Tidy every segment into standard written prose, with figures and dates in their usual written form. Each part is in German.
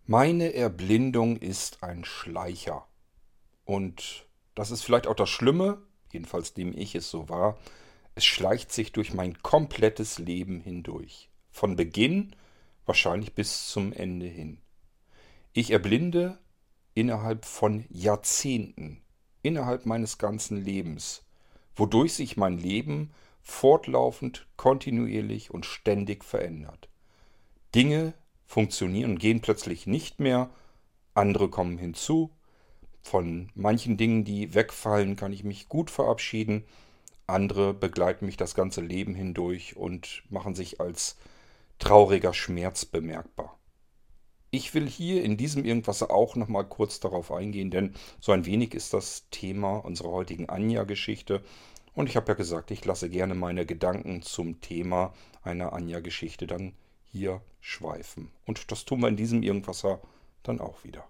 Meine Erblindung ist ein Schleicher. Und das ist vielleicht auch das Schlimme, jedenfalls nehme ich es so wahr. Es schleicht sich durch mein komplettes Leben hindurch. Von Beginn wahrscheinlich bis zum Ende hin. Ich erblinde innerhalb von Jahrzehnten, innerhalb meines ganzen Lebens, wodurch sich mein Leben fortlaufend, kontinuierlich und ständig verändert. Dinge funktionieren und gehen plötzlich nicht mehr, andere kommen hinzu. Von manchen Dingen, die wegfallen, kann ich mich gut verabschieden. Andere begleiten mich das ganze Leben hindurch und machen sich als trauriger Schmerz bemerkbar. Ich will hier in diesem Irgendwas auch nochmal kurz darauf eingehen, denn so ein wenig ist das Thema unserer heutigen Anja-Geschichte. Und ich habe ja gesagt, ich lasse gerne meine Gedanken zum Thema einer Anja-Geschichte dann hier schweifen. Und das tun wir in diesem Irgendwasser dann auch wieder.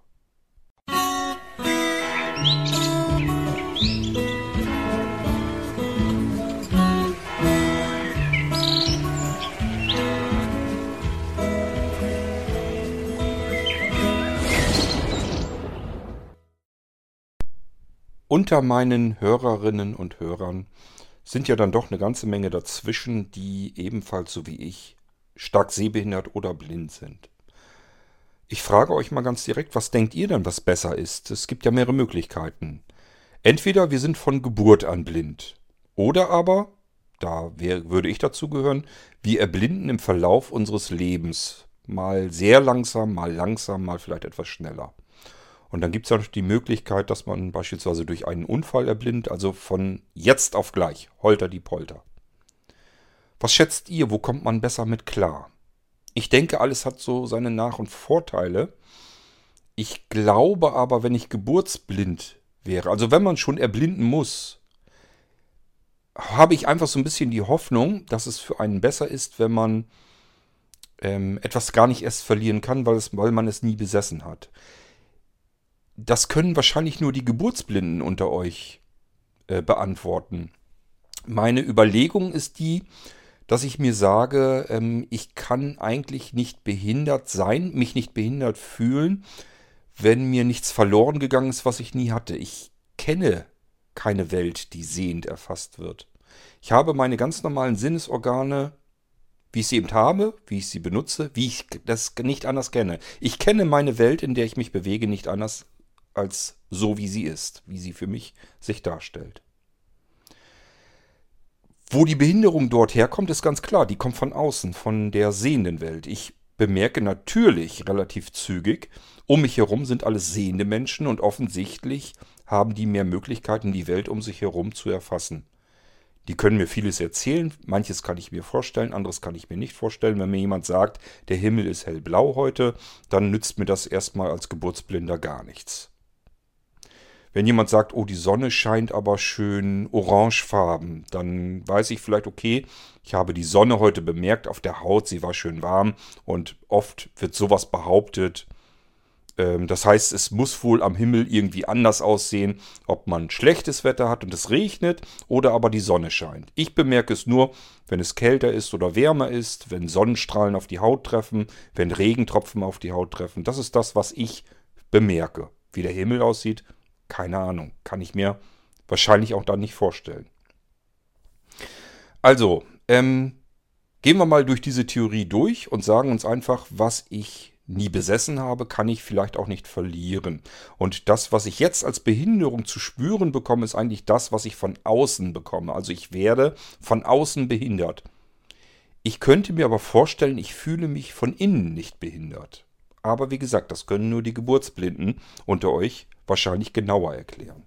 Unter meinen Hörerinnen und Hörern sind ja dann doch eine ganze Menge dazwischen, die ebenfalls so wie ich stark sehbehindert oder blind sind. Ich frage euch mal ganz direkt, was denkt ihr denn, was besser ist? Es gibt ja mehrere Möglichkeiten. Entweder wir sind von Geburt an blind. Oder aber, würde ich dazu gehören, wir erblinden im Verlauf unseres Lebens. Mal sehr langsam, mal vielleicht etwas schneller. Und dann gibt es ja noch die Möglichkeit, dass man beispielsweise durch einen Unfall erblindet, also von jetzt auf gleich, holter die Polter. Was schätzt ihr, wo kommt man besser mit klar? Ich denke, alles hat so seine Nach- und Vorteile. Ich glaube aber, wenn ich geburtsblind wäre, also wenn man schon erblinden muss, habe ich einfach so ein bisschen die Hoffnung, dass es für einen besser ist, wenn man etwas gar nicht erst verlieren kann, weil man es nie besessen hat. Das können wahrscheinlich nur die Geburtsblinden unter euch beantworten. Meine Überlegung ist die, dass ich mir sage, ich kann eigentlich nicht behindert sein, mich nicht behindert fühlen, wenn mir nichts verloren gegangen ist, was ich nie hatte. Ich kenne keine Welt, die sehend erfasst wird. Ich habe meine ganz normalen Sinnesorgane, wie ich sie eben habe, wie ich sie benutze, wie ich das nicht anders kenne. Ich kenne meine Welt, in der ich mich bewege, nicht anders als so, wie sie ist, wie sie für mich sich darstellt. Wo die Behinderung dort herkommt, ist ganz klar. Die kommt von außen, von der sehenden Welt. Ich bemerke natürlich relativ zügig, um mich herum sind alles sehende Menschen und offensichtlich haben die mehr Möglichkeiten, die Welt um sich herum zu erfassen. Die können mir vieles erzählen, manches kann ich mir vorstellen, anderes kann ich mir nicht vorstellen. Wenn mir jemand sagt, der Himmel ist hellblau heute, dann nützt mir das erstmal als Geburtsblinder gar nichts. Wenn jemand sagt, oh, die Sonne scheint aber schön orangefarben, dann weiß ich vielleicht, okay, ich habe die Sonne heute bemerkt auf der Haut, sie war schön warm und oft wird sowas behauptet. Das heißt, es muss wohl am Himmel irgendwie anders aussehen, ob man schlechtes Wetter hat und es regnet oder aber die Sonne scheint. Ich bemerke es nur, wenn es kälter ist oder wärmer ist, wenn Sonnenstrahlen auf die Haut treffen, wenn Regentropfen auf die Haut treffen. Das ist das, was ich bemerke. Wie der Himmel aussieht, keine Ahnung. Kann ich mir wahrscheinlich auch dann nicht vorstellen. Also, gehen wir mal durch diese Theorie durch und sagen uns einfach, was ich nie besessen habe, kann ich vielleicht auch nicht verlieren. Und das, was ich jetzt als Behinderung zu spüren bekomme, ist eigentlich das, was ich von außen bekomme. Also ich werde von außen behindert. Ich könnte mir aber vorstellen, ich fühle mich von innen nicht behindert. Aber wie gesagt, das können nur die Geburtsblinden unter euch wahrscheinlich genauer erklären.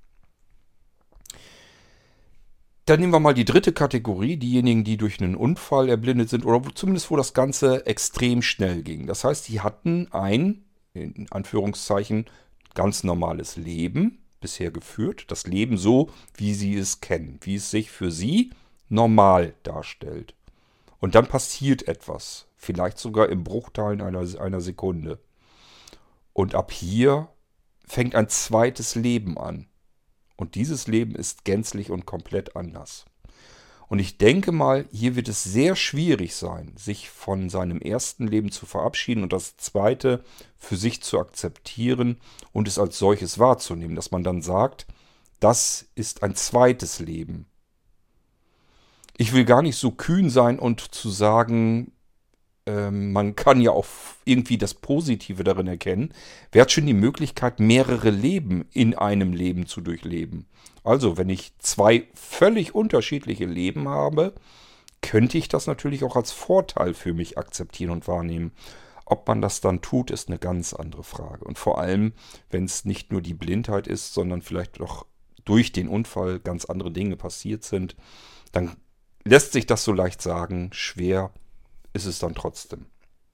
Dann nehmen wir mal die dritte Kategorie, diejenigen, die durch einen Unfall erblindet sind oder zumindest wo das Ganze extrem schnell ging. Das heißt, die hatten ein, in Anführungszeichen, ganz normales Leben bisher geführt. Das Leben so, wie sie es kennen, wie es sich für sie normal darstellt. Und dann passiert etwas, vielleicht sogar im Bruchteilen einer Sekunde. Und ab hier fängt ein zweites Leben an. Und dieses Leben ist gänzlich und komplett anders. Und ich denke mal, hier wird es sehr schwierig sein, sich von seinem ersten Leben zu verabschieden und das zweite für sich zu akzeptieren und es als solches wahrzunehmen, dass man dann sagt, das ist ein zweites Leben. Ich will gar nicht so kühn sein und zu sagen, man kann ja auch irgendwie das Positive darin erkennen. Wer hat schon die Möglichkeit, mehrere Leben in einem Leben zu durchleben? Also, wenn ich zwei völlig unterschiedliche Leben habe, könnte ich das natürlich auch als Vorteil für mich akzeptieren und wahrnehmen. Ob man das dann tut, ist eine ganz andere Frage. Und vor allem, wenn es nicht nur die Blindheit ist, sondern vielleicht auch durch den Unfall ganz andere Dinge passiert sind, dann lässt sich das so leicht sagen. Schwer ist es dann trotzdem.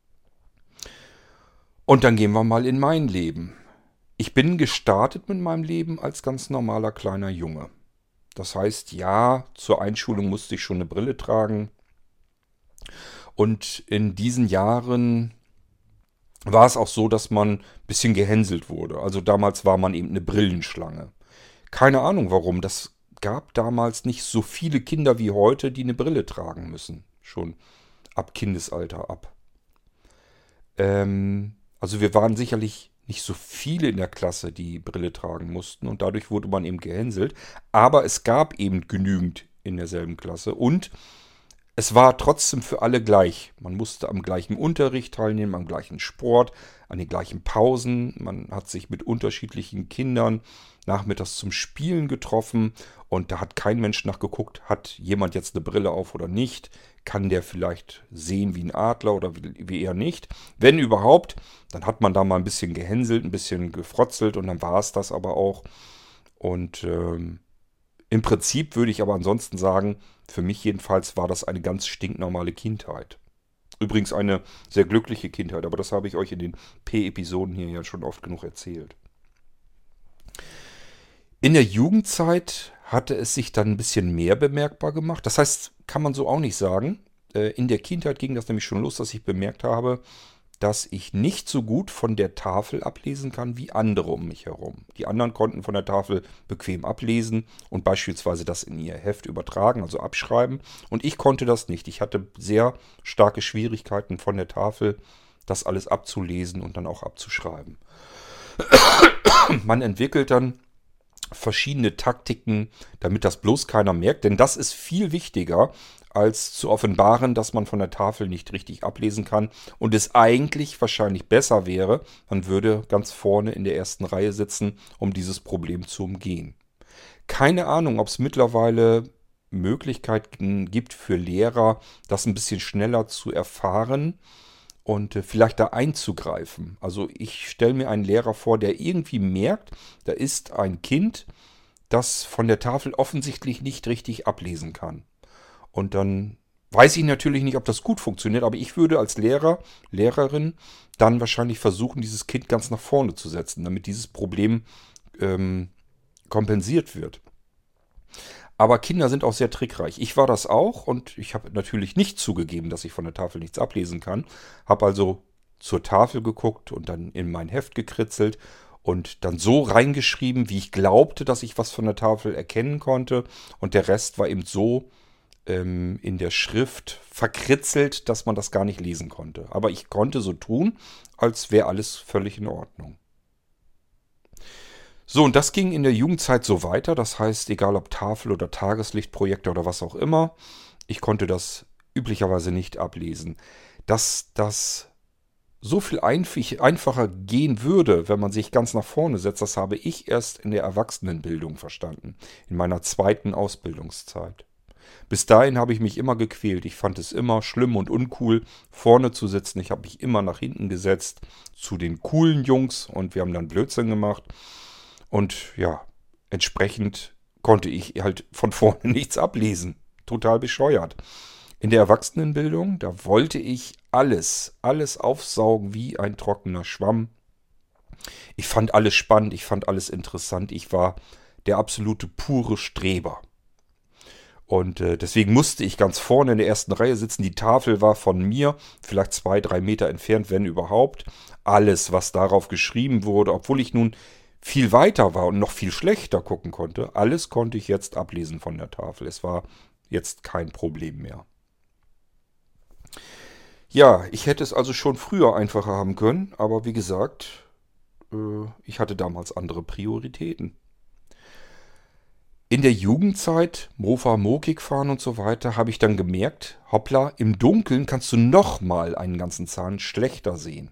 Und dann gehen wir mal in mein Leben. Ich bin gestartet mit meinem Leben als ganz normaler kleiner Junge. Das heißt, ja, zur Einschulung musste ich schon eine Brille tragen. Und in diesen Jahren war es auch so, dass man ein bisschen gehänselt wurde. Also damals war man eben eine Brillenschlange. Keine Ahnung warum. Das gab damals nicht so viele Kinder wie heute, die eine Brille tragen müssen. Schon ab Kindesalter ab. Also wir waren sicherlich nicht so viele in der Klasse, die Brille tragen mussten und dadurch wurde man eben gehänselt. Aber es gab eben genügend in derselben Klasse und es war trotzdem für alle gleich. Man musste am gleichen Unterricht teilnehmen, am gleichen Sport, an den gleichen Pausen. Man hat sich mit unterschiedlichen Kindern nachmittags zum Spielen getroffen und da hat kein Mensch nachgeguckt, hat jemand jetzt eine Brille auf oder nicht. Kann der vielleicht sehen wie ein Adler oder wie eher nicht? Wenn überhaupt, dann hat man da mal ein bisschen gehänselt, ein bisschen gefrotzelt und dann war es das aber auch. Und im Prinzip würde ich aber ansonsten sagen, für mich jedenfalls war das eine ganz stinknormale Kindheit. Übrigens eine sehr glückliche Kindheit, aber das habe ich euch in den P-Episoden hier ja schon oft genug erzählt. In der Jugendzeit hatte es sich dann ein bisschen mehr bemerkbar gemacht. Das heißt, kann man so auch nicht sagen. In der Kindheit ging das nämlich schon los, dass ich bemerkt habe, dass ich nicht so gut von der Tafel ablesen kann wie andere um mich herum. Die anderen konnten von der Tafel bequem ablesen und beispielsweise das in ihr Heft übertragen, also abschreiben. Und ich konnte das nicht. Ich hatte sehr starke Schwierigkeiten von der Tafel, das alles abzulesen und dann auch abzuschreiben. Man entwickelt dann verschiedene Taktiken, damit das bloß keiner merkt. Denn das ist viel wichtiger, als zu offenbaren, dass man von der Tafel nicht richtig ablesen kann. Und es eigentlich wahrscheinlich besser wäre, man würde ganz vorne in der ersten Reihe sitzen, um dieses Problem zu umgehen. Keine Ahnung, ob es mittlerweile Möglichkeiten gibt für Lehrer, das ein bisschen schneller zu erfahren und vielleicht da einzugreifen. Also ich stelle mir einen Lehrer vor, der irgendwie merkt, da ist ein Kind, das von der Tafel offensichtlich nicht richtig ablesen kann. Und dann weiß ich natürlich nicht, ob das gut funktioniert, aber ich würde als Lehrer, Lehrerin dann wahrscheinlich versuchen, dieses Kind ganz nach vorne zu setzen, damit dieses Problem kompensiert wird. Aber Kinder sind auch sehr trickreich. Ich war das auch und ich habe natürlich nicht zugegeben, dass ich von der Tafel nichts ablesen kann. Habe also zur Tafel geguckt und dann in mein Heft gekritzelt und dann so reingeschrieben, wie ich glaubte, dass ich was von der Tafel erkennen konnte. Und der Rest war eben so in der Schrift verkritzelt, dass man das gar nicht lesen konnte. Aber ich konnte so tun, als wäre alles völlig in Ordnung. So, und das ging in der Jugendzeit so weiter. Das heißt, egal ob Tafel oder Tageslichtprojektor oder was auch immer, ich konnte das üblicherweise nicht ablesen. Dass das so viel einfacher gehen würde, wenn man sich ganz nach vorne setzt, das habe ich erst in der Erwachsenenbildung verstanden. In meiner zweiten Ausbildungszeit. Bis dahin habe ich mich immer gequält. Ich fand es immer schlimm und uncool, vorne zu sitzen. Ich habe mich immer nach hinten gesetzt zu den coolen Jungs und wir haben dann Blödsinn gemacht. Und ja, entsprechend konnte ich halt von vorne nichts ablesen. Total bescheuert. In der Erwachsenenbildung, da wollte ich alles aufsaugen wie ein trockener Schwamm. Ich fand alles spannend, ich fand alles interessant. Ich war der absolute pure Streber. Und deswegen musste ich ganz vorne in der ersten Reihe sitzen. Die Tafel war von mir vielleicht 2-3 Meter entfernt, wenn überhaupt. Alles, was darauf geschrieben wurde, obwohl ich nun viel weiter war und noch viel schlechter gucken konnte, alles konnte ich jetzt ablesen von der Tafel. Es war jetzt kein Problem mehr. Ja, ich hätte es also schon früher einfacher haben können, aber wie gesagt, ich hatte damals andere Prioritäten. In der Jugendzeit, Mofa, Mokik fahren und so weiter, habe ich dann gemerkt, hoppla, im Dunkeln kannst du nochmal einen ganzen Zahn schlechter sehen.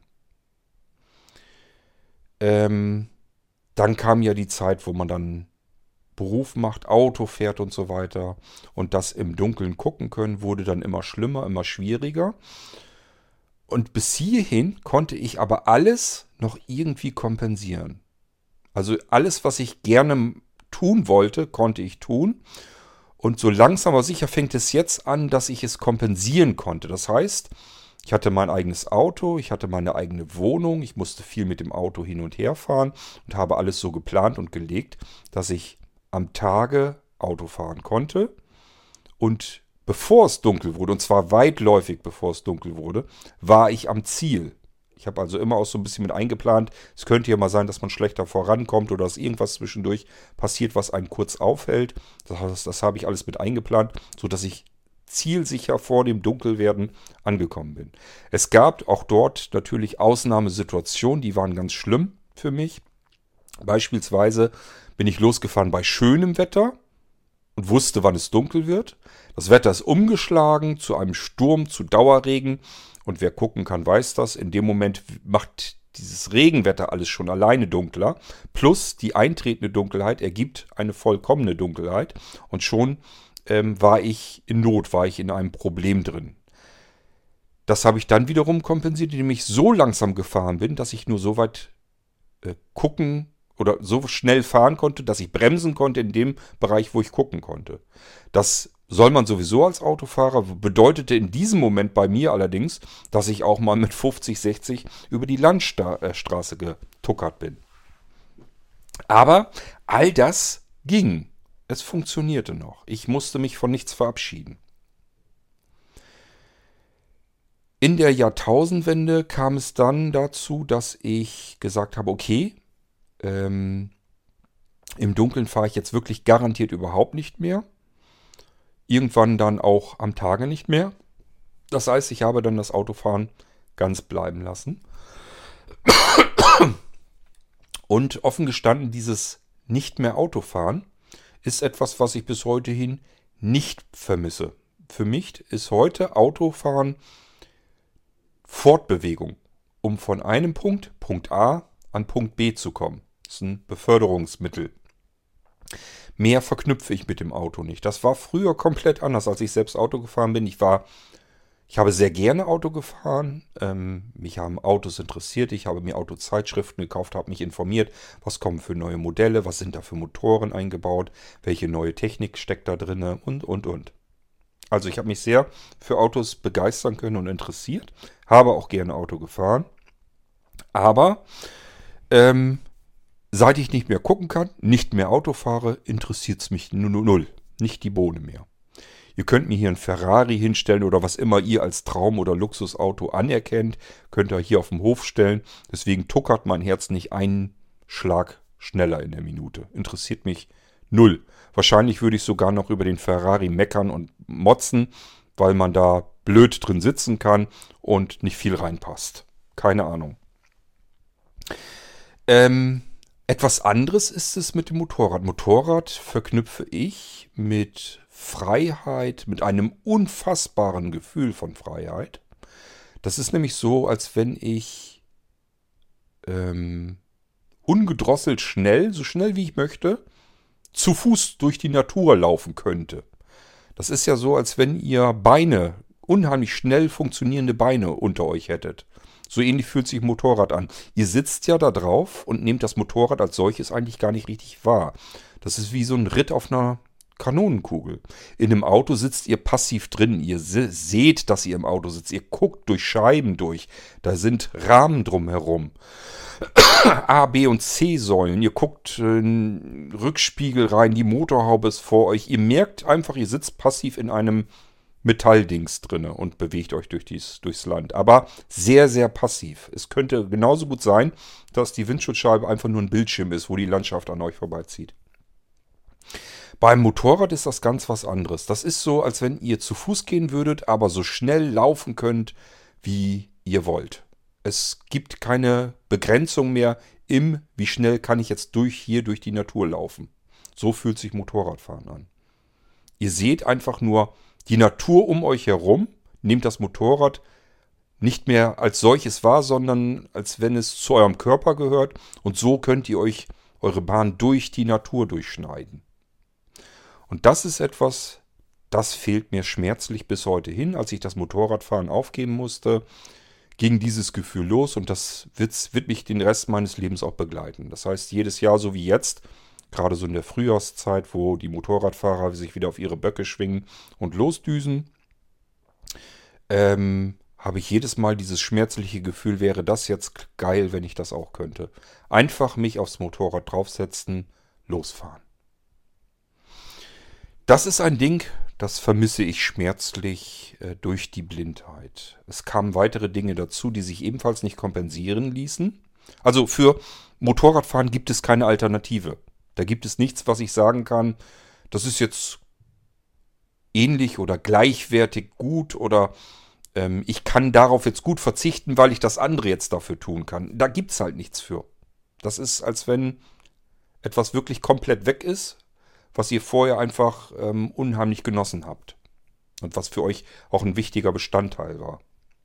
Dann kam ja die Zeit, wo man dann Beruf macht, Auto fährt und so weiter. Und das im Dunkeln gucken können, wurde dann immer schlimmer, immer schwieriger. Und bis hierhin konnte ich aber alles noch irgendwie kompensieren. Also alles, was ich gerne tun wollte, konnte ich tun. Und so langsam aber sicher fängt es jetzt an, dass ich es kompensieren konnte. Das heißt, ich hatte mein eigenes Auto, ich hatte meine eigene Wohnung, ich musste viel mit dem Auto hin und her fahren und habe alles so geplant und gelegt, dass ich am Tage Auto fahren konnte. Und bevor es dunkel wurde, und zwar weitläufig bevor es dunkel wurde, war ich am Ziel. Ich habe also immer auch so ein bisschen mit eingeplant. Es könnte ja mal sein, dass man schlechter vorankommt oder dass irgendwas zwischendurch passiert, was einen kurz aufhält. Das habe ich alles mit eingeplant, sodass ich zielsicher vor dem Dunkelwerden angekommen bin. Es gab auch dort natürlich Ausnahmesituationen, die waren ganz schlimm für mich. Beispielsweise bin ich losgefahren bei schönem Wetter und wusste, wann es dunkel wird. Das Wetter ist umgeschlagen zu einem Sturm, zu Dauerregen. Und wer gucken kann, weiß das. In dem Moment macht dieses Regenwetter alles schon alleine dunkler. Plus die eintretende Dunkelheit ergibt eine vollkommene Dunkelheit. Und schon war ich in Not, war ich in einem Problem drin. Das habe ich dann wiederum kompensiert, indem ich so langsam gefahren bin, dass ich nur so weit gucken oder so schnell fahren konnte, dass ich bremsen konnte in dem Bereich, wo ich gucken konnte. Das soll man sowieso als Autofahrer, bedeutete in diesem Moment bei mir allerdings, dass ich auch mal mit 50, 60 über die Landstraße getuckert bin. Aber all das ging. Es funktionierte noch. Ich musste mich von nichts verabschieden. In der Jahrtausendwende kam es dann dazu, dass ich gesagt habe, okay, im Dunkeln fahre ich jetzt wirklich garantiert überhaupt nicht mehr. Irgendwann dann auch am Tage nicht mehr. Das heißt, ich habe dann das Autofahren ganz bleiben lassen. Und offen gestanden, dieses nicht mehr Autofahren ist etwas, was ich bis heute hin nicht vermisse. Für mich ist heute Autofahren Fortbewegung, um von einem Punkt, Punkt A, an Punkt B zu kommen. Das ist ein Beförderungsmittel. Mehr verknüpfe ich mit dem Auto nicht. Das war früher komplett anders, als ich selbst Auto gefahren bin. Ich habe sehr gerne Auto gefahren. Mich haben Autos interessiert. Ich habe mir Autozeitschriften gekauft, habe mich informiert, was kommen für neue Modelle, was sind da für Motoren eingebaut, welche neue Technik steckt da drin und. Also ich habe mich sehr für Autos begeistern können und interessiert. Habe auch gerne Auto gefahren. Aber seit ich nicht mehr gucken kann, nicht mehr Auto fahre, interessiert es mich null. Nicht die Bohne mehr. Ihr könnt mir hier einen Ferrari hinstellen oder was immer ihr als Traum- oder Luxusauto anerkennt, könnt ihr hier auf dem Hof stellen. Deswegen tuckert mein Herz nicht einen Schlag schneller in der Minute. Interessiert mich null. Wahrscheinlich würde ich sogar noch über den Ferrari meckern und motzen, weil man da blöd drin sitzen kann und nicht viel reinpasst. Keine Ahnung. Etwas anderes ist es mit dem Motorrad. Motorrad verknüpfe ich mit Freiheit, mit einem unfassbaren Gefühl von Freiheit. Das ist nämlich so, als wenn ich ungedrosselt schnell, so schnell wie ich möchte, zu Fuß durch die Natur laufen könnte. Das ist ja so, als wenn ihr Beine, unheimlich schnell funktionierende Beine unter euch hättet. So ähnlich fühlt sich ein Motorrad an. Ihr sitzt ja da drauf und nehmt das Motorrad als solches eigentlich gar nicht richtig wahr. Das ist wie so ein Ritt auf einer Kanonenkugel. In einem Auto sitzt ihr passiv drin. Ihr seht, dass ihr im Auto sitzt. Ihr guckt durch Scheiben durch. Da sind Rahmen drumherum. A, B und C-Säulen. Ihr guckt in Rückspiegel rein. Die Motorhaube ist vor euch. Ihr merkt einfach, ihr sitzt passiv in einem Metalldings drinne und bewegt euch durchs Land. Aber sehr, sehr passiv. Es könnte genauso gut sein, dass die Windschutzscheibe einfach nur ein Bildschirm ist, wo die Landschaft an euch vorbeizieht. Beim Motorrad ist das ganz was anderes. Das ist so, als wenn ihr zu Fuß gehen würdet, aber so schnell laufen könnt, wie ihr wollt. Es gibt keine Begrenzung mehr wie schnell kann ich jetzt hier durch die Natur laufen. So fühlt sich Motorradfahren an. Ihr seht einfach nur die Natur um euch herum, nehmt das Motorrad nicht mehr als solches wahr, sondern als wenn es zu eurem Körper gehört. Und so könnt ihr euch eure Bahn durch die Natur durchschneiden. Und das ist etwas, das fehlt mir schmerzlich bis heute hin. Als ich das Motorradfahren aufgeben musste, ging dieses Gefühl los und das wird mich den Rest meines Lebens auch begleiten. Das heißt, jedes Jahr, so wie jetzt, gerade so in der Frühjahrszeit, wo die Motorradfahrer sich wieder auf ihre Böcke schwingen und losdüsen, habe ich jedes Mal dieses schmerzliche Gefühl, wäre das jetzt geil, wenn ich das auch könnte. Einfach mich aufs Motorrad draufsetzen, losfahren. Das ist ein Ding, das vermisse ich schmerzlich durch die Blindheit. Es kamen weitere Dinge dazu, die sich ebenfalls nicht kompensieren ließen. Also für Motorradfahren gibt es keine Alternative. Da gibt es nichts, was ich sagen kann, das ist jetzt ähnlich oder gleichwertig gut oder ich kann darauf jetzt gut verzichten, weil ich das andere jetzt dafür tun kann. Da gibt es halt nichts für. Das ist, als wenn etwas wirklich komplett weg ist, was ihr vorher einfach unheimlich genossen habt. Und was für euch auch ein wichtiger Bestandteil war.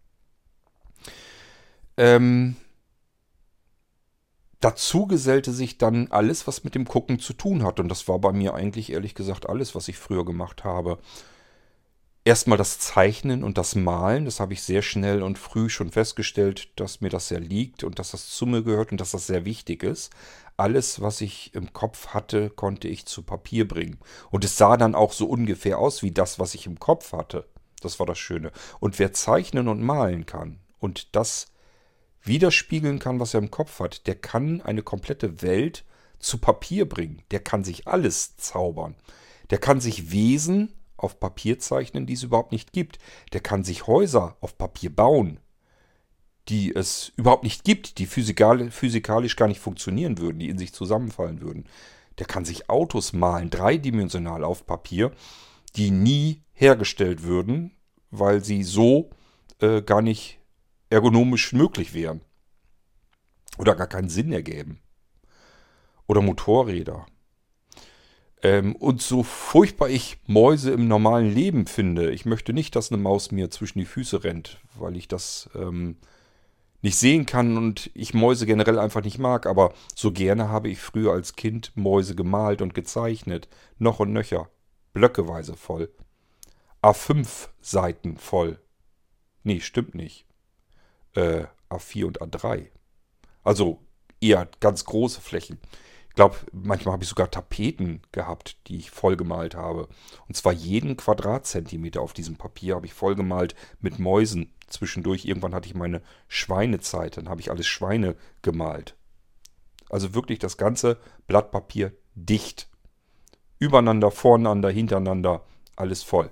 Dazu gesellte sich dann alles, was mit dem Gucken zu tun hat. Und das war bei mir eigentlich ehrlich gesagt alles, was ich früher gemacht habe. Erstmal das Zeichnen und das Malen, das habe ich sehr schnell und früh schon festgestellt, dass mir das sehr liegt und dass das zu mir gehört und dass das sehr wichtig ist. Alles, was ich im Kopf hatte, konnte ich zu Papier bringen. Und es sah dann auch so ungefähr aus wie das, was ich im Kopf hatte. Das war das Schöne. Und wer zeichnen und malen kann und das widerspiegeln kann, was er im Kopf hat, der kann eine komplette Welt zu Papier bringen. Der kann sich alles zaubern. Der kann sich Wesen auf Papier zeichnen, die es überhaupt nicht gibt. Der kann sich Häuser auf Papier bauen, die es überhaupt nicht gibt, die physikalisch gar nicht funktionieren würden, die in sich zusammenfallen würden. Der kann sich Autos malen, dreidimensional auf Papier, die nie hergestellt würden, weil sie so gar nicht ergonomisch möglich wären. Oder gar keinen Sinn ergäben. Oder Motorräder. Und so furchtbar ich Mäuse im normalen Leben finde, ich möchte nicht, dass eine Maus mir zwischen die Füße rennt, weil ich das nicht sehen kann und ich Mäuse generell einfach nicht mag. Aber so gerne habe ich früher als Kind Mäuse gemalt und gezeichnet. Noch und nöcher. Blöckeweise voll. A5 Seiten voll. Nee, stimmt nicht. A4 und A3. Also eher ganz große Flächen. Ich glaube, manchmal habe ich sogar Tapeten gehabt, die ich vollgemalt habe. Und zwar jeden Quadratzentimeter auf diesem Papier habe ich vollgemalt mit Mäusen. Zwischendurch, irgendwann hatte ich meine Schweinezeit, dann habe ich alles Schweine gemalt. Also wirklich das ganze Blatt Papier dicht. Übereinander, voreinander, hintereinander, alles voll.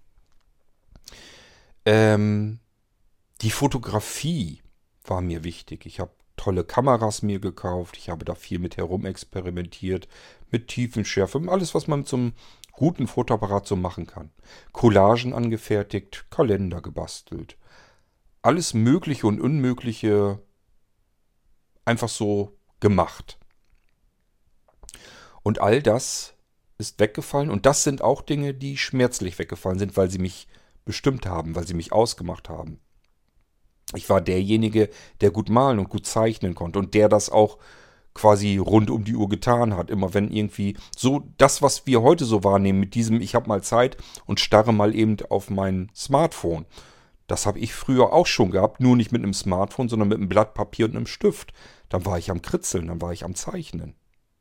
Die Fotografie war mir wichtig. Ich habe tolle Kameras mir gekauft. Ich habe da viel mit herumexperimentiert, mit Tiefenschärfe, alles, was man mit so einem guten Fotoapparat so machen kann. Collagen angefertigt, Kalender gebastelt. Alles Mögliche und Unmögliche einfach so gemacht. Und all das ist weggefallen. Und das sind auch Dinge, die schmerzlich weggefallen sind, weil sie mich bestimmt haben, weil sie mich ausgemacht haben. Ich war derjenige, der gut malen und gut zeichnen konnte und der das auch quasi rund um die Uhr getan hat. Immer wenn irgendwie so das, was wir heute so wahrnehmen mit diesem, ich habe mal Zeit und starre mal eben auf mein Smartphone. Das habe ich früher auch schon gehabt, nur nicht mit einem Smartphone, sondern mit einem Blatt Papier und einem Stift. Dann war ich am Kritzeln, dann war ich am Zeichnen.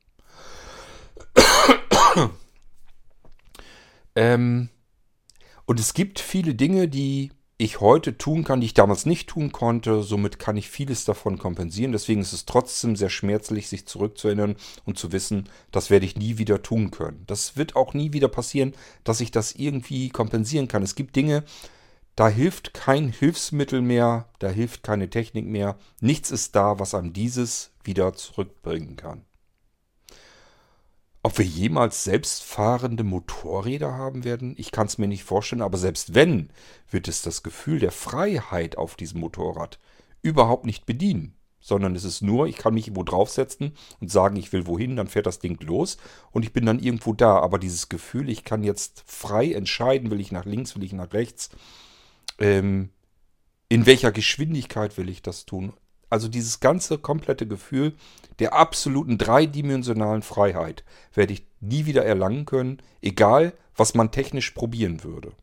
Und es gibt viele Dinge, die ich heute tun kann, die ich damals nicht tun konnte. Somit kann ich vieles davon kompensieren. Deswegen ist es trotzdem sehr schmerzlich, sich zurückzuerinnern und zu wissen, das werde ich nie wieder tun können. Das wird auch nie wieder passieren, dass ich das irgendwie kompensieren kann. Es gibt Dinge, da hilft kein Hilfsmittel mehr, da hilft keine Technik mehr. Nichts ist da, was einem dieses wieder zurückbringen kann. Ob wir jemals selbstfahrende Motorräder haben werden, ich kann es mir nicht vorstellen, aber selbst wenn, wird es das Gefühl der Freiheit auf diesem Motorrad überhaupt nicht bedienen. Sondern es ist nur, ich kann mich irgendwo draufsetzen und sagen, ich will wohin, dann fährt das Ding los und ich bin dann irgendwo da. Aber dieses Gefühl, ich kann jetzt frei entscheiden, will ich nach links, will ich nach rechts, in welcher Geschwindigkeit will ich das tun. Also dieses ganze komplette Gefühl der absoluten dreidimensionalen Freiheit werde ich nie wieder erlangen können, egal was man technisch probieren würde.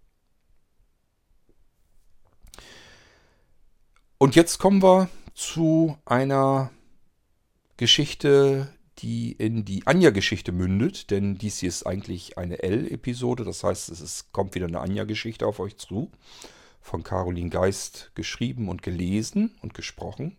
Und jetzt kommen wir zu einer Geschichte, die in die Anja-Geschichte mündet, denn dies hier ist eigentlich eine L-Episode, das heißt, kommt wieder eine Anja-Geschichte auf euch zu, von Caroline Geist geschrieben und gelesen und gesprochen.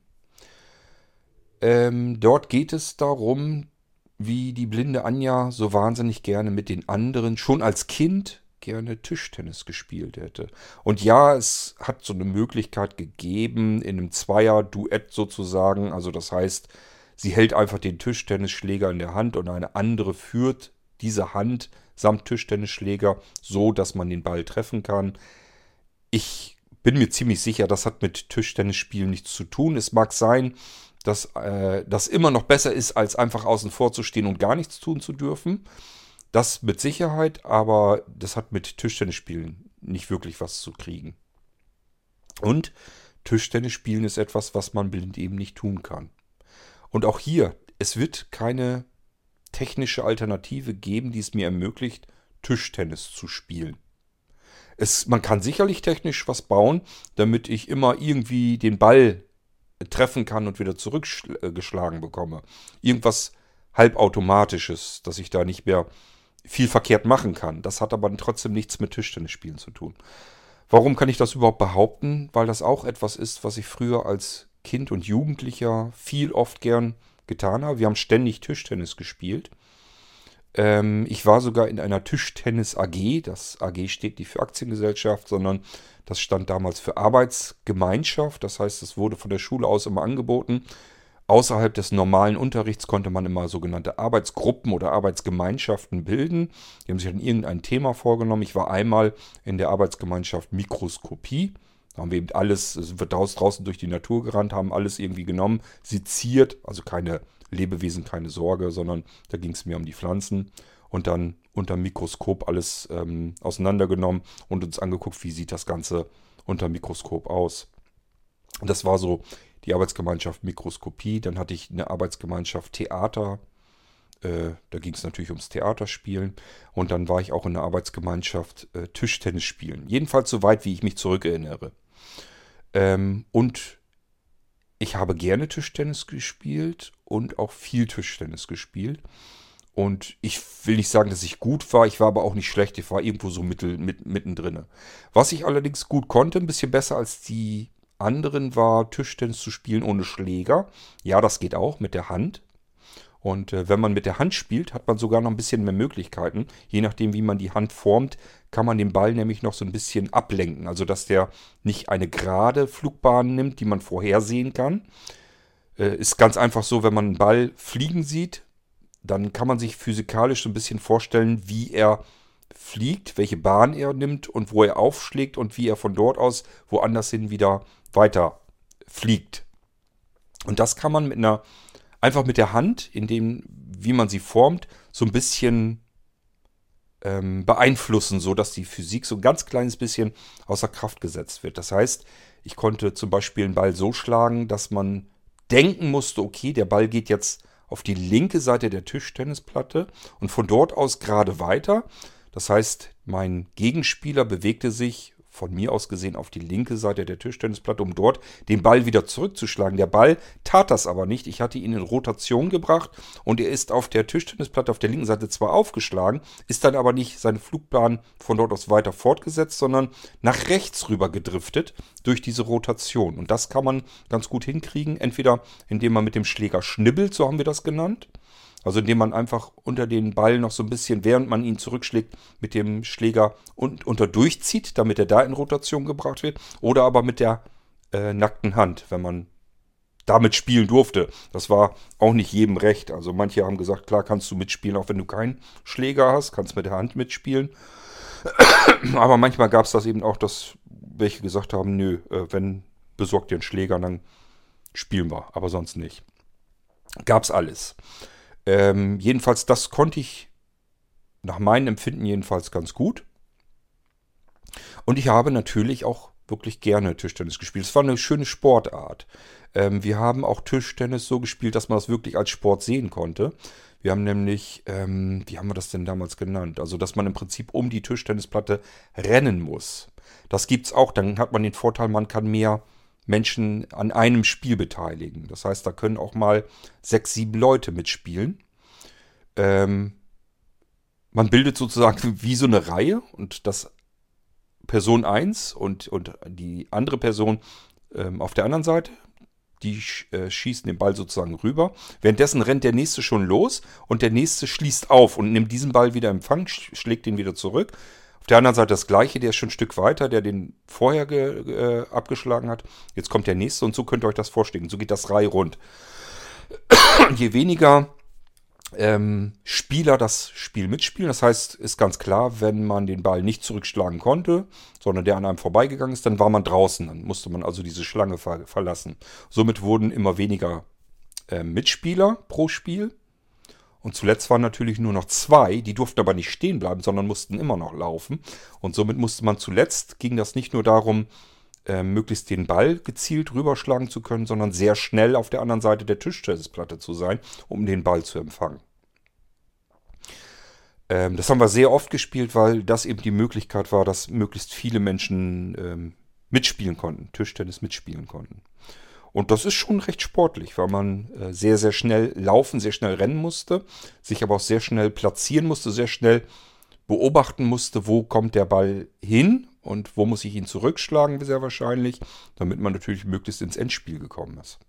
Dort geht es darum, wie die blinde Anja so wahnsinnig gerne mit den anderen, schon als Kind, gerne Tischtennis gespielt hätte. Und ja, es hat so eine Möglichkeit gegeben, in einem Zweier-Duett sozusagen, also das heißt, sie hält einfach den Tischtennisschläger in der Hand und eine andere führt diese Hand samt Tischtennisschläger so, dass man den Ball treffen kann. Ich bin mir ziemlich sicher, das hat mit Tischtennisspielen nichts zu tun. Es mag sein, dass das immer noch besser ist, als einfach außen vor zu stehen und gar nichts tun zu dürfen. Das mit Sicherheit, aber das hat mit Tischtennisspielen nicht wirklich was zu kriegen. Und Tischtennisspielen ist etwas, was man blind eben nicht tun kann. Und auch hier, es wird keine technische Alternative geben, die es mir ermöglicht, Tischtennis zu spielen. Man kann sicherlich technisch was bauen, damit ich immer irgendwie den Ball treffen kann und wieder zurückgeschlagen bekomme. Irgendwas halbautomatisches, dass ich da nicht mehr viel verkehrt machen kann. Das hat aber trotzdem nichts mit Tischtennisspielen zu tun. Warum kann ich das überhaupt behaupten? Weil das auch etwas ist, was ich früher als Kind und Jugendlicher oft gern getan habe. Wir haben ständig Tischtennis gespielt. Ich war sogar in einer Tischtennis AG. Das AG steht nicht für Aktiengesellschaft, sondern das stand damals für Arbeitsgemeinschaft. Das heißt, es wurde von der Schule aus immer angeboten. Außerhalb des normalen Unterrichts konnte man immer sogenannte Arbeitsgruppen oder Arbeitsgemeinschaften bilden. Die haben sich dann irgendein Thema vorgenommen. Ich war einmal in der Arbeitsgemeinschaft Mikroskopie. Da haben wir eben alles, sind wir draußen durch die Natur gerannt, haben alles irgendwie genommen, seziert, also keine Lebewesen, keine Sorge, sondern da ging es mehr um die Pflanzen und dann unter dem Mikroskop alles auseinandergenommen und uns angeguckt, wie sieht das Ganze unter dem Mikroskop aus. Und das war so die Arbeitsgemeinschaft Mikroskopie. Dann hatte ich eine Arbeitsgemeinschaft Theater. Da ging es natürlich ums Theaterspielen. Und dann war ich auch in der Arbeitsgemeinschaft Tischtennis spielen. Jedenfalls so weit, wie ich mich zurückerinnere. Und ich habe gerne Tischtennis gespielt und auch viel Tischtennis gespielt. Und ich will nicht sagen, dass ich gut war. Ich war aber auch nicht schlecht. Ich war irgendwo so mittendrin. Was ich allerdings gut konnte, ein bisschen besser als die anderen, war Tischtennis zu spielen ohne Schläger. Ja, das geht auch mit der Hand. Und wenn man mit der Hand spielt, hat man sogar noch ein bisschen mehr Möglichkeiten. Je nachdem, wie man die Hand formt, kann man den Ball nämlich noch so ein bisschen ablenken. Also, dass der nicht eine gerade Flugbahn nimmt, die man vorhersehen kann. Ist ganz einfach so, wenn man einen Ball fliegen sieht, dann kann man sich physikalisch so ein bisschen vorstellen, wie er fliegt, welche Bahn er nimmt und wo er aufschlägt und wie er von dort aus woanders hin wieder weiter fliegt. Und das kann man einfach mit der Hand, wie man sie formt, so ein bisschen beeinflussen, sodass die Physik so ein ganz kleines bisschen außer Kraft gesetzt wird. Das heißt, ich konnte zum Beispiel einen Ball so schlagen, dass man denken musste, okay, der Ball geht jetzt auf die linke Seite der Tischtennisplatte und von dort aus gerade weiter. Das heißt, mein Gegenspieler bewegte sich von mir aus gesehen auf die linke Seite der Tischtennisplatte, um dort den Ball wieder zurückzuschlagen. Der Ball tat das aber nicht. Ich hatte ihn in Rotation gebracht und er ist auf der Tischtennisplatte auf der linken Seite zwar aufgeschlagen, ist dann aber nicht seine Flugbahn von dort aus weiter fortgesetzt, sondern nach rechts rüber gedriftet durch diese Rotation. Und das kann man ganz gut hinkriegen, entweder indem man mit dem Schläger schnibbelt, so haben wir das genannt. Also indem man einfach unter den Ball noch so ein bisschen, während man ihn zurückschlägt, mit dem Schläger unter durchzieht, damit er da in Rotation gebracht wird. Oder aber mit der nackten Hand, wenn man damit spielen durfte. Das war auch nicht jedem recht. Also manche haben gesagt, klar kannst du mitspielen, auch wenn du keinen Schläger hast, kannst mit der Hand mitspielen. Aber manchmal gab es das eben auch, dass welche gesagt haben, nö, wenn besorgt dir einen Schläger, dann spielen wir, aber sonst nicht. Gab's alles. Jedenfalls, das konnte ich nach meinem Empfinden jedenfalls ganz gut. Und ich habe natürlich auch wirklich gerne Tischtennis gespielt. Es war eine schöne Sportart. Wir haben auch Tischtennis so gespielt, dass man das wirklich als Sport sehen konnte. Wir haben nämlich, wie haben wir das denn damals genannt? Also, dass man im Prinzip um die Tischtennisplatte rennen muss. Das gibt's auch. Dann hat man den Vorteil, man kann mehr Menschen an einem Spiel beteiligen. Das heißt, da können auch mal 6, 7 Leute mitspielen. Ähm, Man bildet sozusagen wie so eine Reihe und das Person eins und die andere Person auf der anderen Seite, die schießen den Ball sozusagen rüber. Währenddessen rennt der nächste schon los und der nächste schließt auf und nimmt diesen Ball wieder in Empfang, schlägt den wieder zurück. Auf der anderen Seite das gleiche, der ist schon ein Stück weiter, der den vorher abgeschlagen hat. Jetzt kommt der nächste und so könnt ihr euch das vorstellen. So geht das Reihe rund. Und je weniger Spieler das Spiel mitspielen. Das heißt, ist ganz klar, wenn man den Ball nicht zurückschlagen konnte, sondern der an einem vorbeigegangen ist, dann war man draußen. Dann musste man also diese Schlange verlassen. Somit wurden immer weniger Mitspieler pro Spiel. Und zuletzt waren natürlich nur noch 2, die durften aber nicht stehen bleiben, sondern mussten immer noch laufen. Und somit musste man zuletzt, ging das nicht nur darum, möglichst den Ball gezielt rüberschlagen zu können, sondern sehr schnell auf der anderen Seite der Tischtennisplatte zu sein, um den Ball zu empfangen. Das haben wir sehr oft gespielt, weil das eben die Möglichkeit war, dass möglichst viele Menschen mitspielen konnten, Tischtennis mitspielen konnten. Und das ist schon recht sportlich, weil man sehr, sehr schnell laufen, sehr schnell rennen musste, sich aber auch sehr schnell platzieren musste, sehr schnell beobachten musste, wo kommt der Ball hin und wo muss ich ihn zurückschlagen, sehr wahrscheinlich, damit man natürlich möglichst ins Endspiel gekommen ist.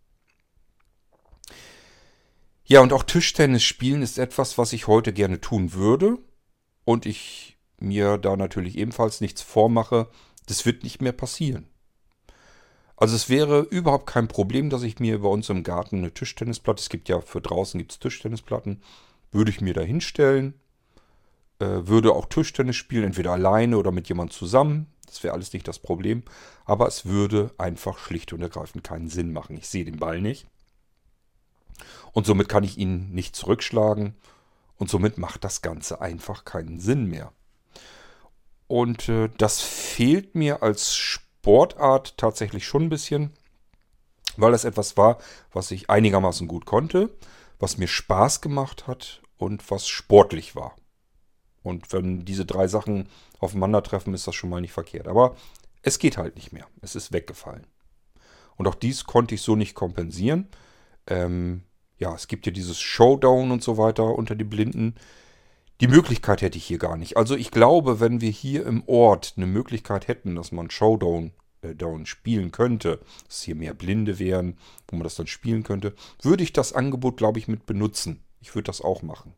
Ja, und auch Tischtennis spielen ist etwas, was ich heute gerne tun würde und ich mir da natürlich ebenfalls nichts vormache, das wird nicht mehr passieren. Also es wäre überhaupt kein Problem, dass ich mir bei uns im Garten eine Tischtennisplatte, es gibt ja für draußen gibt's Tischtennisplatten, würde ich mir da hinstellen, würde auch Tischtennis spielen, entweder alleine oder mit jemand zusammen. Das wäre alles nicht das Problem. Aber es würde einfach schlicht und ergreifend keinen Sinn machen. Ich sehe den Ball nicht. Und somit kann ich ihn nicht zurückschlagen. Und somit macht das Ganze einfach keinen Sinn mehr. Und das fehlt mir als Sportart tatsächlich schon ein bisschen, weil das etwas war, was ich einigermaßen gut konnte, was mir Spaß gemacht hat und was sportlich war. Und wenn diese 3 Sachen aufeinandertreffen, ist das schon mal nicht verkehrt. Aber es geht halt nicht mehr. Es ist weggefallen. Und auch dies konnte ich so nicht kompensieren. Ja, es gibt ja dieses Showdown und so weiter unter den Blinden. Die Möglichkeit hätte ich hier gar nicht. Also ich glaube, wenn wir hier im Ort eine Möglichkeit hätten, dass man Showdown spielen könnte, dass hier mehr Blinde wären, wo man das dann spielen könnte, würde ich das Angebot, glaube ich, mit benutzen. Ich würde das auch machen.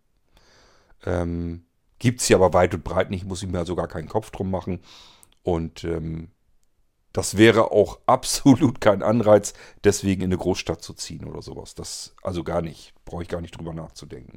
Gibt es hier aber weit und breit nicht, muss ich mir also gar keinen Kopf drum machen. Und das wäre auch absolut kein Anreiz, deswegen in eine Großstadt zu ziehen oder sowas. Das also gar nicht. Brauche ich gar nicht drüber nachzudenken.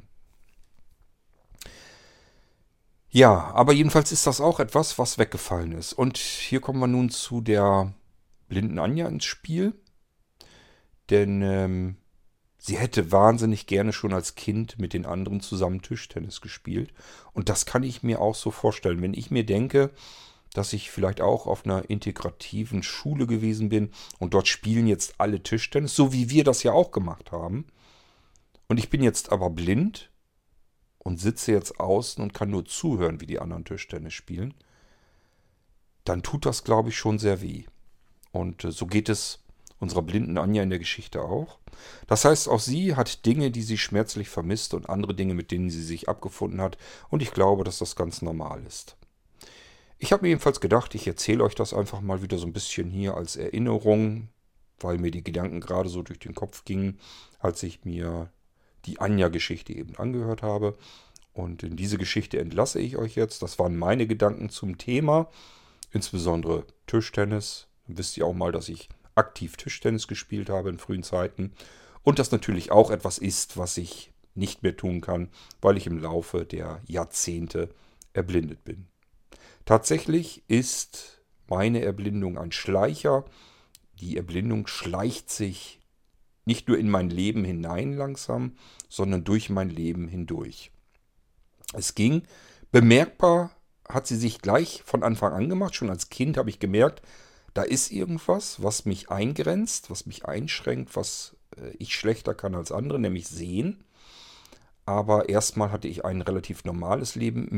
Ja, aber jedenfalls ist das auch etwas, was weggefallen ist. Und hier kommen wir nun zu der blinden Anja ins Spiel. Denn sie hätte wahnsinnig gerne schon als Kind mit den anderen zusammen Tischtennis gespielt. Und das kann ich mir auch so vorstellen. Wenn ich mir denke, dass ich vielleicht auch auf einer integrativen Schule gewesen bin und dort spielen jetzt alle Tischtennis, so wie wir das ja auch gemacht haben. Und ich bin jetzt aber blind und sitze jetzt außen und kann nur zuhören, wie die anderen Tischtennis spielen, dann tut das, glaube ich, schon sehr weh. Und so geht es unserer blinden Anja in der Geschichte auch. Das heißt, auch sie hat Dinge, die sie schmerzlich vermisst und andere Dinge, mit denen sie sich abgefunden hat. Und ich glaube, dass das ganz normal ist. Ich habe mir jedenfalls gedacht, ich erzähle euch das einfach mal wieder so ein bisschen hier als Erinnerung, weil mir die Gedanken gerade so durch den Kopf gingen, als ich mir die Anja-Geschichte eben angehört habe. Und in diese Geschichte entlasse ich euch jetzt. Das waren meine Gedanken zum Thema, insbesondere Tischtennis. Dann wisst ihr auch mal, dass ich aktiv Tischtennis gespielt habe in frühen Zeiten. Und das natürlich auch etwas ist, was ich nicht mehr tun kann, weil ich im Laufe der Jahrzehnte erblindet bin. Tatsächlich ist meine Erblindung ein Schleicher. Die Erblindung schleicht sich nicht nur in mein Leben hinein langsam, sondern durch mein Leben hindurch. Es ging bemerkbar, hat sie sich gleich von Anfang an gemacht. Schon als Kind habe ich gemerkt, da ist irgendwas, was mich eingrenzt, was mich einschränkt, was ich schlechter kann als andere, nämlich sehen. Aber erstmal hatte ich ein relativ normales Leben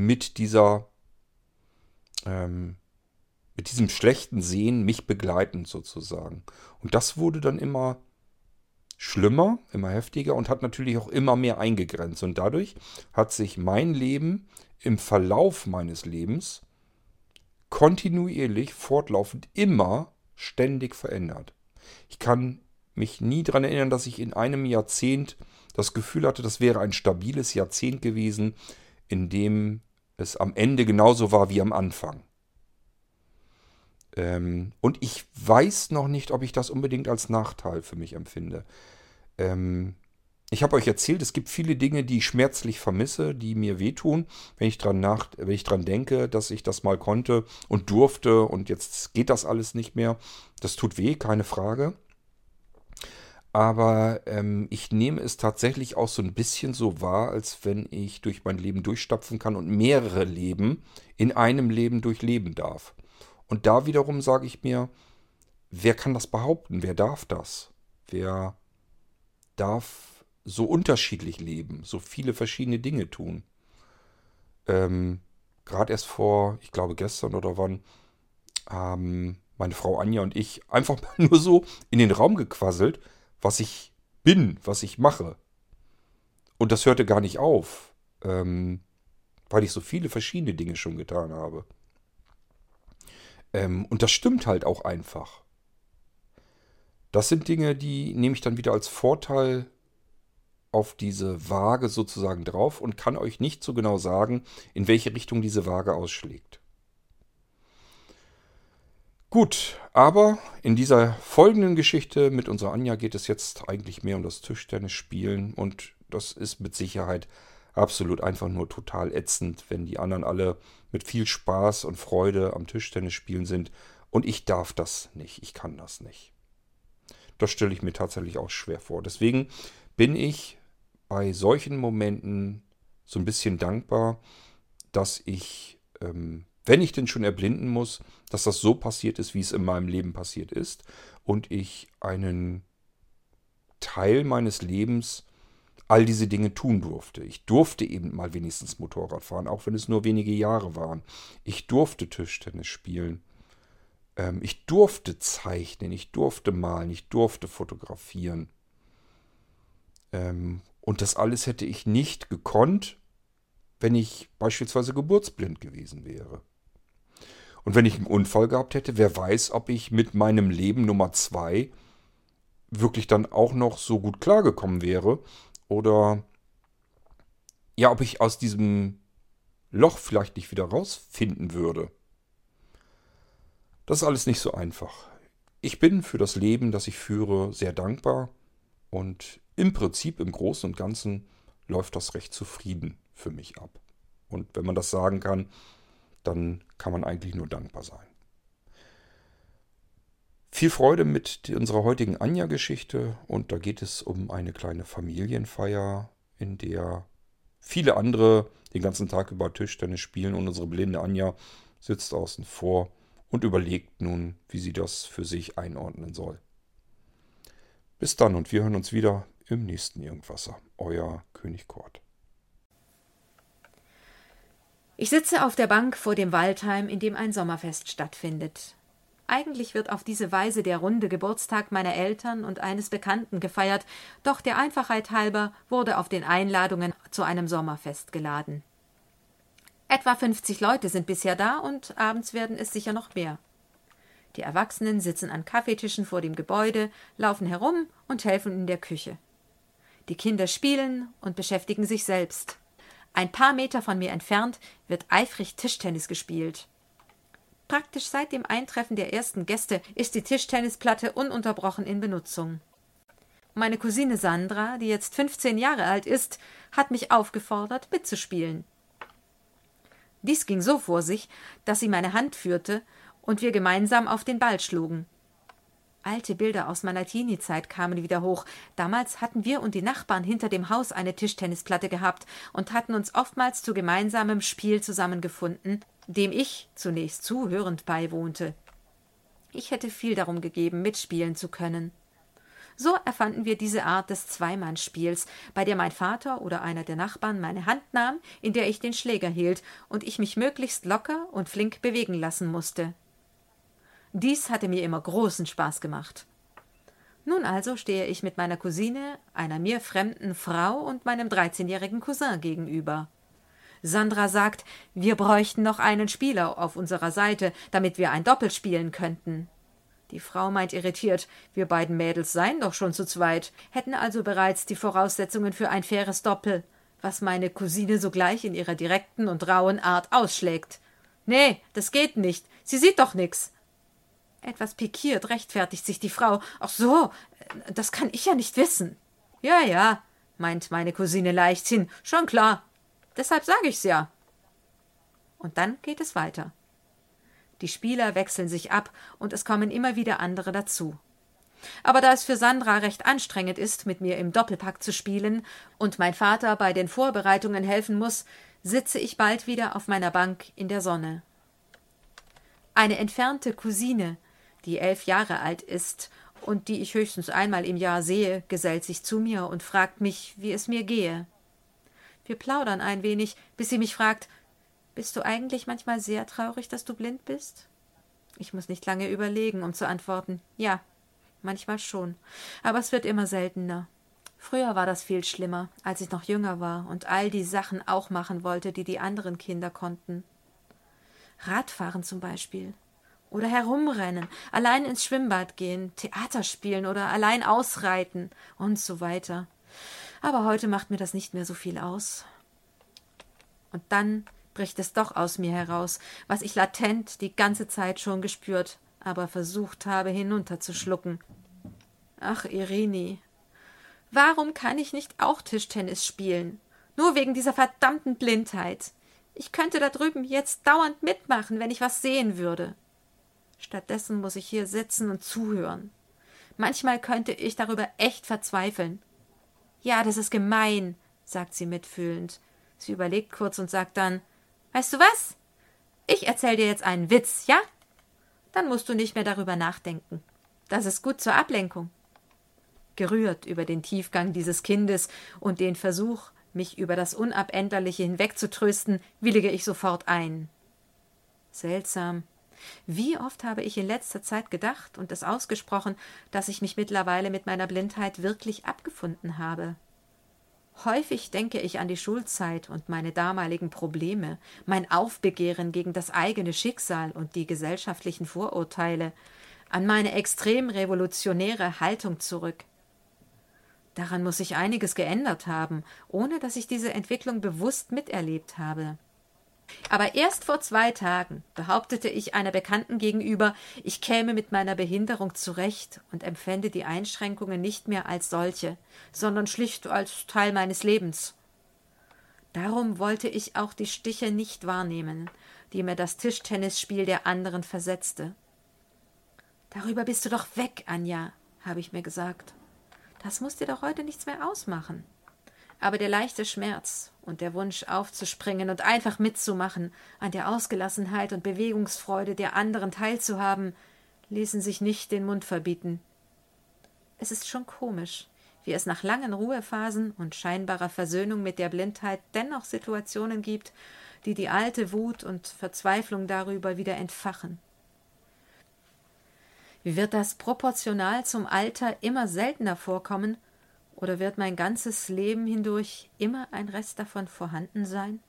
mit diesem schlechten Sehen mich begleitend sozusagen. Und das wurde dann immer schlimmer, immer heftiger und hat natürlich auch immer mehr eingegrenzt. Und dadurch hat sich mein Leben im Verlauf meines Lebens kontinuierlich, fortlaufend immer ständig verändert. Ich kann mich nie daran erinnern, dass ich in einem Jahrzehnt das Gefühl hatte, das wäre ein stabiles Jahrzehnt gewesen, in dem es am Ende genauso war wie am Anfang. Und ich weiß noch nicht, ob ich das unbedingt als Nachteil für mich empfinde. Ich habe euch erzählt, es gibt viele Dinge, die ich schmerzlich vermisse, die mir wehtun, wenn ich dran denke, dass ich das mal konnte und durfte und jetzt geht das alles nicht mehr. Das tut weh, keine Frage. Aber ich nehme es tatsächlich auch so ein bisschen so wahr, als wenn ich durch mein Leben durchstapfen kann und mehrere Leben in einem Leben durchleben darf. Und da wiederum sage ich mir, wer kann das behaupten? Wer darf das? Wer darf so unterschiedlich leben, so viele verschiedene Dinge tun? Gerade erst vor, ich glaube gestern oder wann, haben meine Frau Anja und ich einfach mal nur so in den Raum gequasselt, was ich bin, was ich mache. Und das hörte gar nicht auf, weil ich so viele verschiedene Dinge schon getan habe. Und das stimmt halt auch einfach. Das sind Dinge, die nehme ich dann wieder als Vorteil auf diese Waage sozusagen drauf und kann euch nicht so genau sagen, in welche Richtung diese Waage ausschlägt. Gut, aber in dieser folgenden Geschichte mit unserer Anja geht es jetzt eigentlich mehr um das Tischtennisspielen und das ist mit Sicherheit absolut einfach nur total ätzend, wenn die anderen alle mit viel Spaß und Freude am Tischtennisspielen sind und ich darf das nicht, ich kann das nicht. Das stelle ich mir tatsächlich auch schwer vor. Deswegen bin ich bei solchen Momenten so ein bisschen dankbar, dass ich, wenn ich denn schon erblinden muss, dass das so passiert ist, wie es in meinem Leben passiert ist und ich einen Teil meines Lebens all diese Dinge tun durfte. Ich durfte eben mal wenigstens Motorrad fahren, auch wenn es nur wenige Jahre waren. Ich durfte Tischtennis spielen. Ich durfte zeichnen, ich durfte malen, ich durfte fotografieren. Und das alles hätte ich nicht gekonnt, wenn ich beispielsweise geburtsblind gewesen wäre. Und wenn ich einen Unfall gehabt hätte, wer weiß, ob ich mit meinem Leben Nummer 2 wirklich dann auch noch so gut klargekommen wäre. Oder ja, ob ich aus diesem Loch vielleicht nicht wieder rausfinden würde. Das ist alles nicht so einfach. Ich bin für das Leben, das ich führe, sehr dankbar. Und im Prinzip, im Großen und Ganzen, läuft das recht zufrieden für mich ab. Und wenn man das sagen kann, dann kann man eigentlich nur dankbar sein. Viel Freude mit unserer heutigen Anja-Geschichte und da geht es um eine kleine Familienfeier, in der viele andere den ganzen Tag über Tischtennis spielen und unsere blinde Anja sitzt außen vor und überlegt nun, wie sie das für sich einordnen soll. Bis dann und wir hören uns wieder im nächsten Irgendwasser. Euer König Kurt. Ich sitze auf der Bank vor dem Waldheim, in dem ein Sommerfest stattfindet. Eigentlich wird auf diese Weise der runde Geburtstag meiner Eltern und eines Bekannten gefeiert, doch der Einfachheit halber wurde auf den Einladungen zu einem Sommerfest geladen. Etwa 50 Leute sind bisher da und abends werden es sicher noch mehr. Die Erwachsenen sitzen an Kaffeetischen vor dem Gebäude, laufen herum und helfen in der Küche. Die Kinder spielen und beschäftigen sich selbst. Ein paar Meter von mir entfernt wird eifrig Tischtennis gespielt. Praktisch seit dem Eintreffen der ersten Gäste ist die Tischtennisplatte ununterbrochen in Benutzung. Meine Cousine Sandra, die jetzt 15 Jahre alt ist, hat mich aufgefordert, mitzuspielen. Dies ging so vor sich, dass sie meine Hand führte und wir gemeinsam auf den Ball schlugen. Alte Bilder aus meiner Teenie-Zeit kamen wieder hoch. Damals hatten wir und die Nachbarn hinter dem Haus eine Tischtennisplatte gehabt und hatten uns oftmals zu gemeinsamem Spiel zusammengefunden, dem ich zunächst zuhörend beiwohnte. Ich hätte viel darum gegeben, mitspielen zu können. So erfanden wir diese Art des Zweimannspiels, bei der mein Vater oder einer der Nachbarn meine Hand nahm, in der ich den Schläger hielt und ich mich möglichst locker und flink bewegen lassen musste. Dies hatte mir immer großen Spaß gemacht. Nun also stehe ich mit meiner Cousine, einer mir fremden Frau und meinem 13-jährigen Cousin gegenüber. Sandra sagt, wir bräuchten noch einen Spieler auf unserer Seite, damit wir ein Doppel spielen könnten. Die Frau meint irritiert, wir beiden Mädels seien doch schon zu zweit, hätten also bereits die Voraussetzungen für ein faires Doppel, was meine Cousine sogleich in ihrer direkten und rauen Art ausschlägt. Nee, das geht nicht, sie sieht doch nix. Etwas pikiert rechtfertigt sich die Frau. Ach so, das kann ich ja nicht wissen. Ja, ja, meint meine Cousine leichthin, schon klar. Deshalb sage ich's ja. Und dann geht es weiter. Die Spieler wechseln sich ab und es kommen immer wieder andere dazu. Aber da es für Sandra recht anstrengend ist, mit mir im Doppelpack zu spielen und mein Vater bei den Vorbereitungen helfen muss, sitze ich bald wieder auf meiner Bank in der Sonne. Eine entfernte Cousine, die 11 Jahre alt ist und die ich höchstens einmal im Jahr sehe, gesellt sich zu mir und fragt mich, wie es mir gehe. Wir plaudern ein wenig, bis sie mich fragt, »Bist du eigentlich manchmal sehr traurig, dass du blind bist?« Ich muss nicht lange überlegen, um zu antworten, »Ja, manchmal schon, aber es wird immer seltener. Früher war das viel schlimmer, als ich noch jünger war und all die Sachen auch machen wollte, die die anderen Kinder konnten. Radfahren zum Beispiel. Oder herumrennen, allein ins Schwimmbad gehen, Theater spielen oder allein ausreiten und so weiter. Aber heute macht mir das nicht mehr so viel aus. Und dann bricht es doch aus mir heraus, was ich latent die ganze Zeit schon gespürt, aber versucht habe hinunterzuschlucken. Ach, Irini, warum kann ich nicht auch Tischtennis spielen? Nur wegen dieser verdammten Blindheit. Ich könnte da drüben jetzt dauernd mitmachen, wenn ich was sehen würde. Stattdessen muss ich hier sitzen und zuhören. Manchmal könnte ich darüber echt verzweifeln. Ja, das ist gemein, sagt sie mitfühlend. Sie überlegt kurz und sagt dann, weißt du was? Ich erzähl dir jetzt einen Witz, ja? Dann musst du nicht mehr darüber nachdenken. Das ist gut zur Ablenkung. Gerührt über den Tiefgang dieses Kindes und den Versuch, mich über das Unabänderliche hinwegzutrösten, willige ich sofort ein. Seltsam. Wie oft habe ich in letzter Zeit gedacht und es ausgesprochen, dass ich mich mittlerweile mit meiner Blindheit wirklich abgefunden habe. Häufig denke ich an die Schulzeit und meine damaligen Probleme, mein Aufbegehren gegen das eigene Schicksal und die gesellschaftlichen Vorurteile, an meine extrem revolutionäre Haltung zurück. Daran muss sich einiges geändert haben, ohne dass ich diese Entwicklung bewusst miterlebt habe. Aber erst vor 2 Tagen behauptete ich einer Bekannten gegenüber, ich käme mit meiner Behinderung zurecht und empfände die Einschränkungen nicht mehr als solche, sondern schlicht als Teil meines Lebens. Darum wollte ich auch die Stiche nicht wahrnehmen, die mir das Tischtennisspiel der anderen versetzte. »Darüber bist du doch weg, Anja«, habe ich mir gesagt. »Das muss dir doch heute nichts mehr ausmachen.« Aber der leichte Schmerz und der Wunsch aufzuspringen und einfach mitzumachen, an der Ausgelassenheit und Bewegungsfreude der anderen teilzuhaben, ließen sich nicht den Mund verbieten. Es ist schon komisch, wie es nach langen Ruhephasen und scheinbarer Versöhnung mit der Blindheit dennoch Situationen gibt, die die alte Wut und Verzweiflung darüber wieder entfachen. Wie wird das proportional zum Alter immer seltener vorkommen, oder wird mein ganzes Leben hindurch immer ein Rest davon vorhanden sein?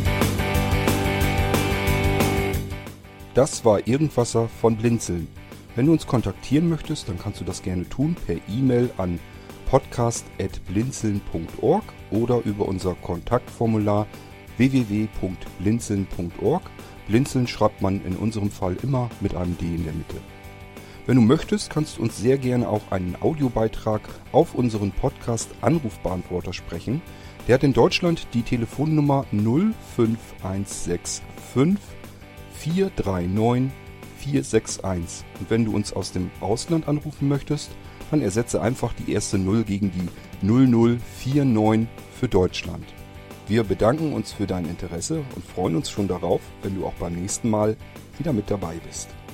Das war Irgendwasser von Blinzeln. Wenn du uns kontaktieren möchtest, dann kannst du das gerne tun per E-Mail an podcast@blinzeln.org oder über unser Kontaktformular www.blinzeln.org. Blinzeln schreibt man in unserem Fall immer mit einem D in der Mitte. Wenn du möchtest, kannst du uns sehr gerne auch einen Audiobeitrag auf unseren Podcast Anrufbeantworter sprechen. Der hat in Deutschland die Telefonnummer 05165 439 461. Und wenn du uns aus dem Ausland anrufen möchtest, dann ersetze einfach die erste 0 gegen die 0049 für Deutschland. Wir bedanken uns für dein Interesse und freuen uns schon darauf, wenn du auch beim nächsten Mal wieder mit dabei bist.